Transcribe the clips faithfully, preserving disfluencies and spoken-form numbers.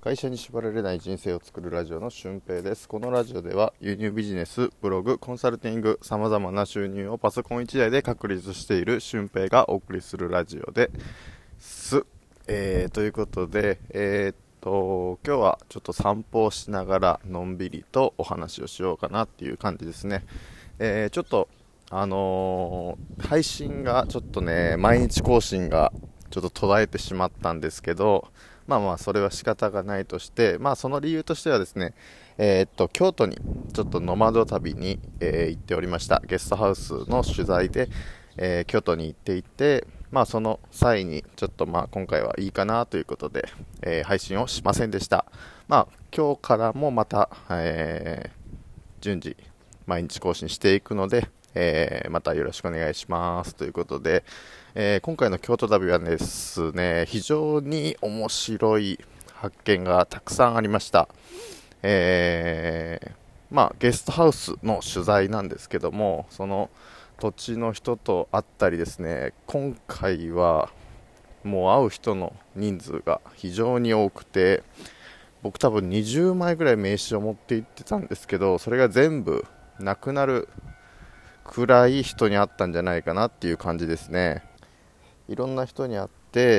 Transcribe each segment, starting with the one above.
会社に縛られない人生を作るラジオの俊平です。このラジオでは輸入ビジネス、ブログ、コンサルティング、様々な収入をパソコンいちだいで確立している俊平がお送りするラジオです。えー、ということで、えー、っと、今日はちょっと散歩をしながらのんびりとお話をしようかなっていう感じですね。えー、ちょっと、あのー、配信がちょっとね、毎日更新がちょっと途絶えてしまったんですけど、まあまあそれは仕方がないとして、まあその理由としてはですね、えー、っと京都にちょっとノマド旅に、えー行っておりました。ゲストハウスの取材で、えー京都に行っていて、まあその際にちょっとまあ今回はいいかなということで、えー配信をしませんでした。まあ今日からもまた、えー順次毎日更新していくので、えーまたよろしくお願いしますということで、えー今回の京都旅はですね、非常に面白い発見がたくさんありました。えーまあ、ゲストハウスの取材なんですけども、その土地の人と会ったりですね、今回はもう会う人の人数が非常に多くて、僕多分にじゅうまいぐらい名刺を持って行ってたんですけど、それが全部なくなるくらい人に会ったんじゃないかなっていう感じですね。いろんな人に会って、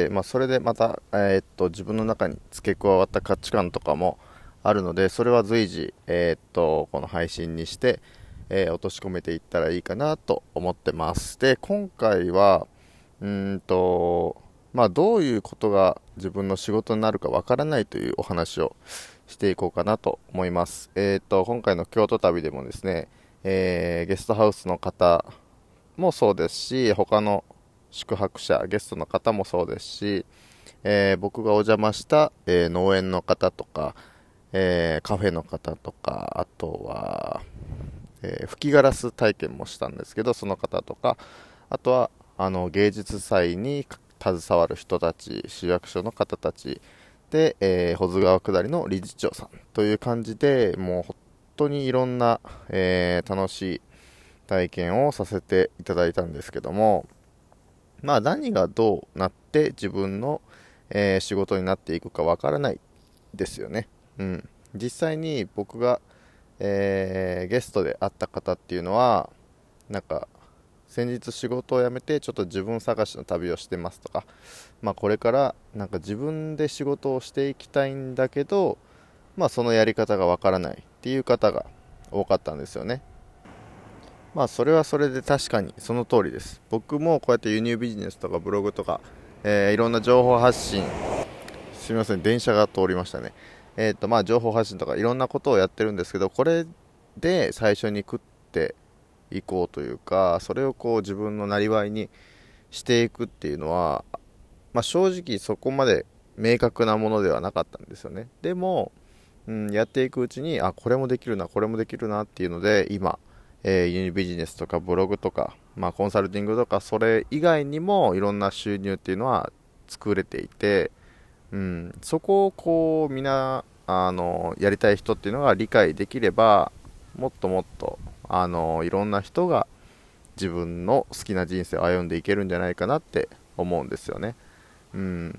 まあ、それでまた、えーっと自分の中に付け加わった価値観とかもあるので、それは随時、えーっとこの配信にして、えー落とし込めていったらいいかなと思ってます。で、今回はうーんとまあ、どういうことが自分の仕事になるかわからないというお話をしていこうかなと思います。えーっと今回の京都旅でもですね、えーゲストハウスの方もそうですし、他の宿泊者、ゲストの方もそうですし、えー僕がお邪魔した、えー農園の方とか、えーカフェの方とか、あとは、えー吹きガラス体験もしたんですけど、その方とか、あとはあの芸術祭に携わる人たち、市役所の方たちで、えー保津川下りの理事長さんという感じで、もう本当にいろんな、えー楽しい体験をさせていただいたんですけども、まあ何がどうなって自分の、えー仕事になっていくかわからないですよね。うん。実際に僕が、えーゲストで会った方っていうのは、なんか先日仕事を辞めてちょっと自分探しの旅をしてますとか、まあこれからなんか自分で仕事をしていきたいんだけど、まあそのやり方がわからないっていう方が多かったんですよね。まあそれはそれで確かにその通りです。僕もこうやって輸入ビジネスとかブログとか、えーいろんな情報発信、すみません、電車が通りましたね。えっとまあ情報発信とかいろんなことをやってるんですけど、これで最初に食っていこうというか、それをこう自分のなりわいにしていくっていうのは、まあ、正直そこまで明確なものではなかったんですよね。でも、うん、やっていくうちに、あ、これもできるな、これもできるなっていうので、今、えーユニビジネスとかブログとか、まあ、コンサルティングとか、それ以外にもいろんな収入っていうのは作れていて、うん、そこをこう、みんな、あの、やりたい人っていうのが理解できれば、もっともっと、あの、いろんな人が自分の好きな人生を歩んでいけるんじゃないかなって思うんですよね。うん、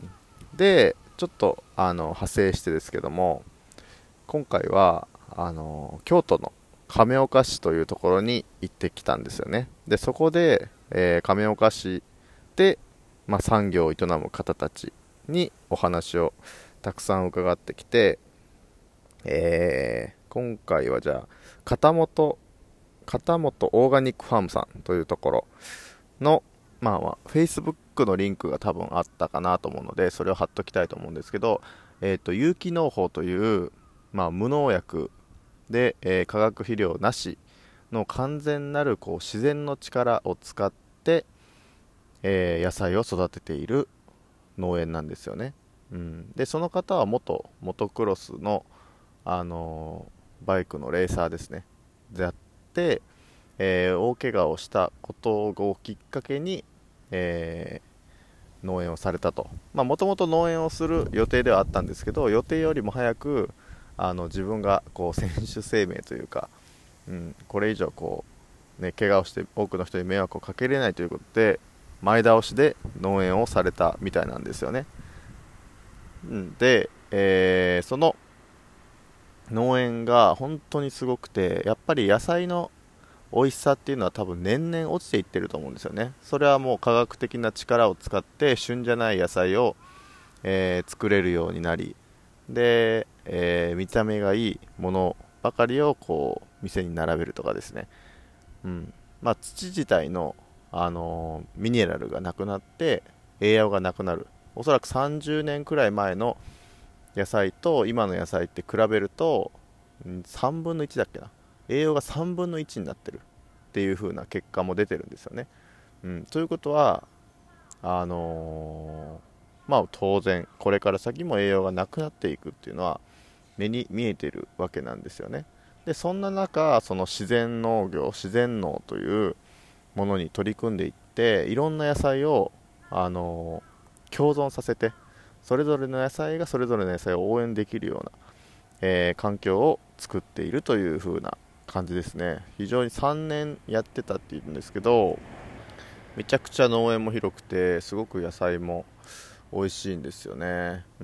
で、ちょっとあの派生してですけども、今回はあの京都の亀岡市というところに行ってきたんですよね。で、そこで、えー亀岡市で、まあ、産業を営む方たちにお話をたくさん伺ってきて、えー今回はじゃあ片本片本オーガニックファームさんというところの、まあまあ、Facebook のリンクが多分あったかなと思うので、それを貼っときたいと思うんですけど、えっと、有機農法という、まあ、無農薬で、えー化学肥料なしの完全なるこう自然の力を使って、えー野菜を育てている農園なんですよね。うん、で、その方は元モトクロスの、あのーバイクのレーサーですね。であって、えー大怪我をしたことをきっかけに、えー農園をされたと。もともと農園をする予定ではあったんですけど、予定よりも早くあの自分がこう選手生命というか、うん、これ以上こう、ね、怪我をして多くの人に迷惑をかけれないということで、前倒しで農園をされたみたいなんですよね。うん、で、 えーその農園が本当にすごくて、やっぱり野菜の美味しさっていうのは多分年々落ちていってると思うんですよね。それはもう科学的な力を使って旬じゃない野菜を、えー作れるようになり、で、えー見た目がいいものばかりをこう店に並べるとかですね。うん。まあ土自体の、あのーミネラルがなくなって栄養がなくなる。おそらくさんじゅうねんくらい前の野菜と今の野菜って比べるとんさんぶんのいちだっけな、栄養がさんぶんのいちになってるっていう風な結果も出てるんですよね。うん、ということはあのーまあ当然これから先も栄養がなくなっていくっていうのは目に見えてるわけなんですよね。でそんな中、その自然農業、自然農というものに取り組んでいって、いろんな野菜を、あのー共存させて、それぞれの野菜がそれぞれの野菜を応援できるような、えー環境を作っているという風な感じですね。非常にさんねんやってたっていうんですけど、めちゃくちゃ農園も広くて、すごく野菜も美味しいんですよね。うん、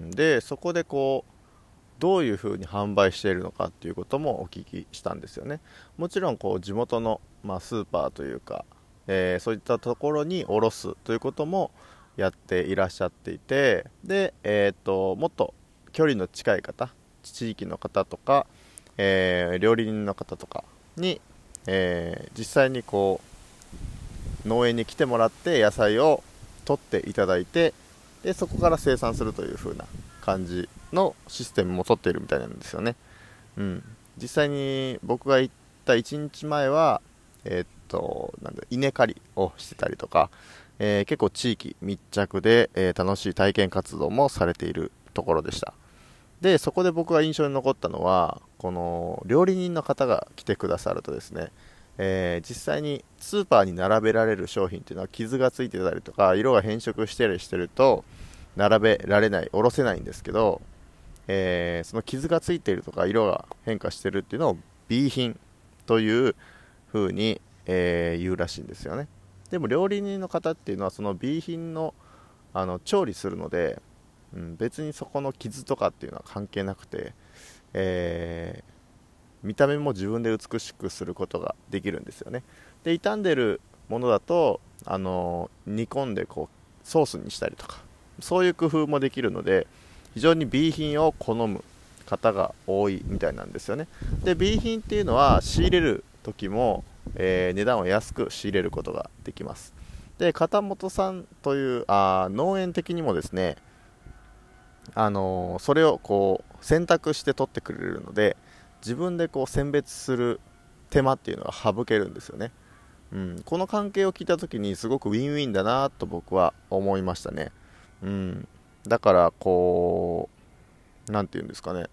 でそこでこうどういう風に販売しているのかっていうこともお聞きしたんですよね。もちろんこう地元の、まあ、スーパーというか、えーそういったところに卸すということもやっていらっしゃっていて、で、えーともっと距離の近い方、地域の方とか、えー料理人の方とかに、えー実際にこう農園に来てもらって野菜を取っていただいて、でそこから生産するという風な感じのシステムも取っているみたいなんですよね。うん、実際に僕が行ったいちにちまえは、えーっとなんだ稲刈りをしてたりとか、えー結構地域密着で、えー楽しい体験活動もされているところでした。でそこで僕が印象に残ったのは、この料理人の方が来てくださるとですね、えー実際にスーパーに並べられる商品っていうのは傷がついてたりとか色が変色してたりしてると並べられない、おろせないんですけど、えーその傷がついているとか色が変化しているっていうのを B 品という風に、えー言うらしいんですよね。でも料理人の方っていうのはその B 品の、あの調理するので、うん、別にそこの傷とかっていうのは関係なくて、えー見た目も自分で美しくすることができるんですよね。で傷んでるものだと、あの煮込んでこうソースにしたりとか、そういう工夫もできるので非常に B 品を好む方が多いみたいなんですよね。で B 品っていうのは仕入れる時も、えー値段を安く仕入れることができます。で片本さんというあ農園的にもですね、あのーそれをこう選択して取ってくれるので、自分でこう選別する手間っていうのが省けるんですよね。うん、この関係を聞いた時にすごくウィンウィンだなと僕は思いましたね。うん、だからこうなんていうんですかね、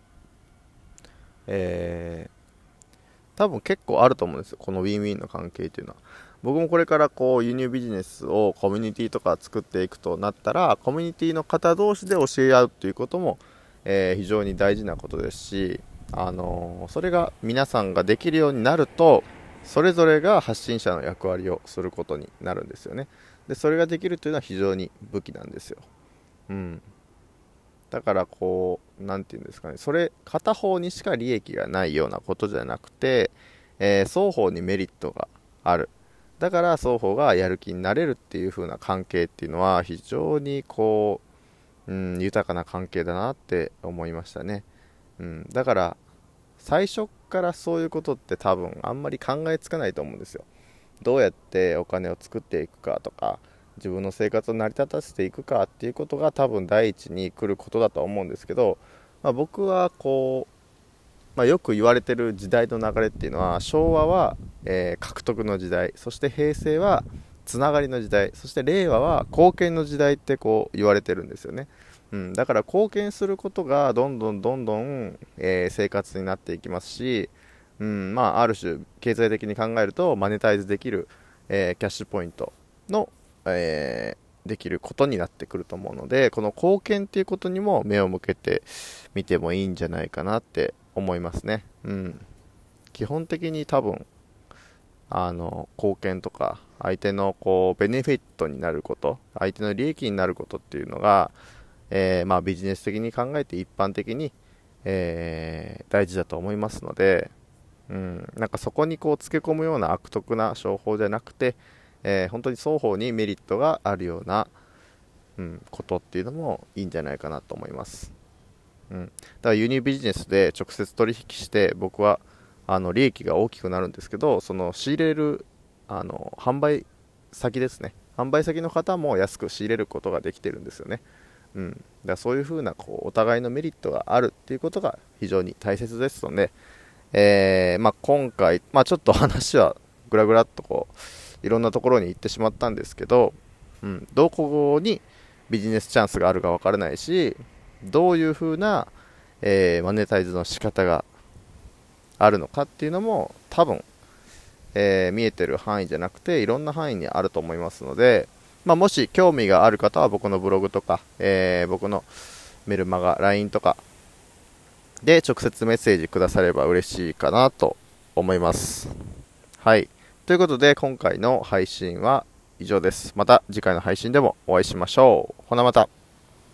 えー多分結構あると思うんですよ、このウィンウィンの関係というのは。僕もこれからこう輸入ビジネスをコミュニティとか作っていくとなったら、コミュニティの方同士で教え合うっていうことも、えー非常に大事なことですし、あのーそれが皆さんができるようになると、それぞれが発信者の役割をすることになるんですよね。でそれができるというのは非常に武器なんですよ。うん、だからこうなんていうんですかね、それ片方にしか利益がないようなことじゃなくて、えー双方にメリットがある。だから双方がやる気になれるっていう風な関係っていうのは非常にこう、うん、豊かな関係だなって思いましたね。うん、だから最初からそういうことって多分あんまり考えつかないと思うんですよ。どうやってお金を作っていくかとか、自分の生活を成り立たせていくかっていうことが多分第一に来ることだと思うんですけど、まあ、僕はこう、まあ、よく言われてる時代の流れっていうのは、昭和は、えー獲得の時代、そして平成はつながりの時代、そして令和は貢献の時代ってこう言われてるんですよね。うん、だから貢献することがどんどんどんどん、えー生活になっていきますし、うんまあ、ある種経済的に考えるとマネタイズできる、えーキャッシュポイントの、えーできることになってくると思うので、この貢献っていうことにも目を向けてみてもいいんじゃないかなって思いますね。うん、基本的に多分あの貢献とか相手のこうベネフィットになること、相手の利益になることっていうのが、 えーまあ、ビジネス的に考えて一般的に、えー大事だと思いますので、うん、なんかそこにこうつけ込むような悪徳な商法じゃなくて、えー本当に双方にメリットがあるような、うん、ことっていうのもいいんじゃないかなと思います。うん、だから輸入ビジネスで直接取引して僕はあの利益が大きくなるんですけど、その仕入れるあの販売先ですね、販売先の方も安く仕入れることができてるんですよね。うん、だからそういうふうなこうお互いのメリットがあるっていうことが非常に大切ですので、えーまあ、今回、まあ、ちょっと話はぐらぐらっとこういろんなところに行ってしまったんですけど、うん、どこにビジネスチャンスがあるか分からないし、どういうふうな、えーマネタイズの仕方があるのかっていうのも多分、えー見えてる範囲じゃなくていろんな範囲にあると思いますので、まあ、もし興味がある方は僕のブログとか、えー僕のメルマガ ライン とかで直接メッセージくだされば嬉しいかなと思います。はい。ということで今回の配信は以上です。また次回の配信でもお会いしましょう。ほなまた。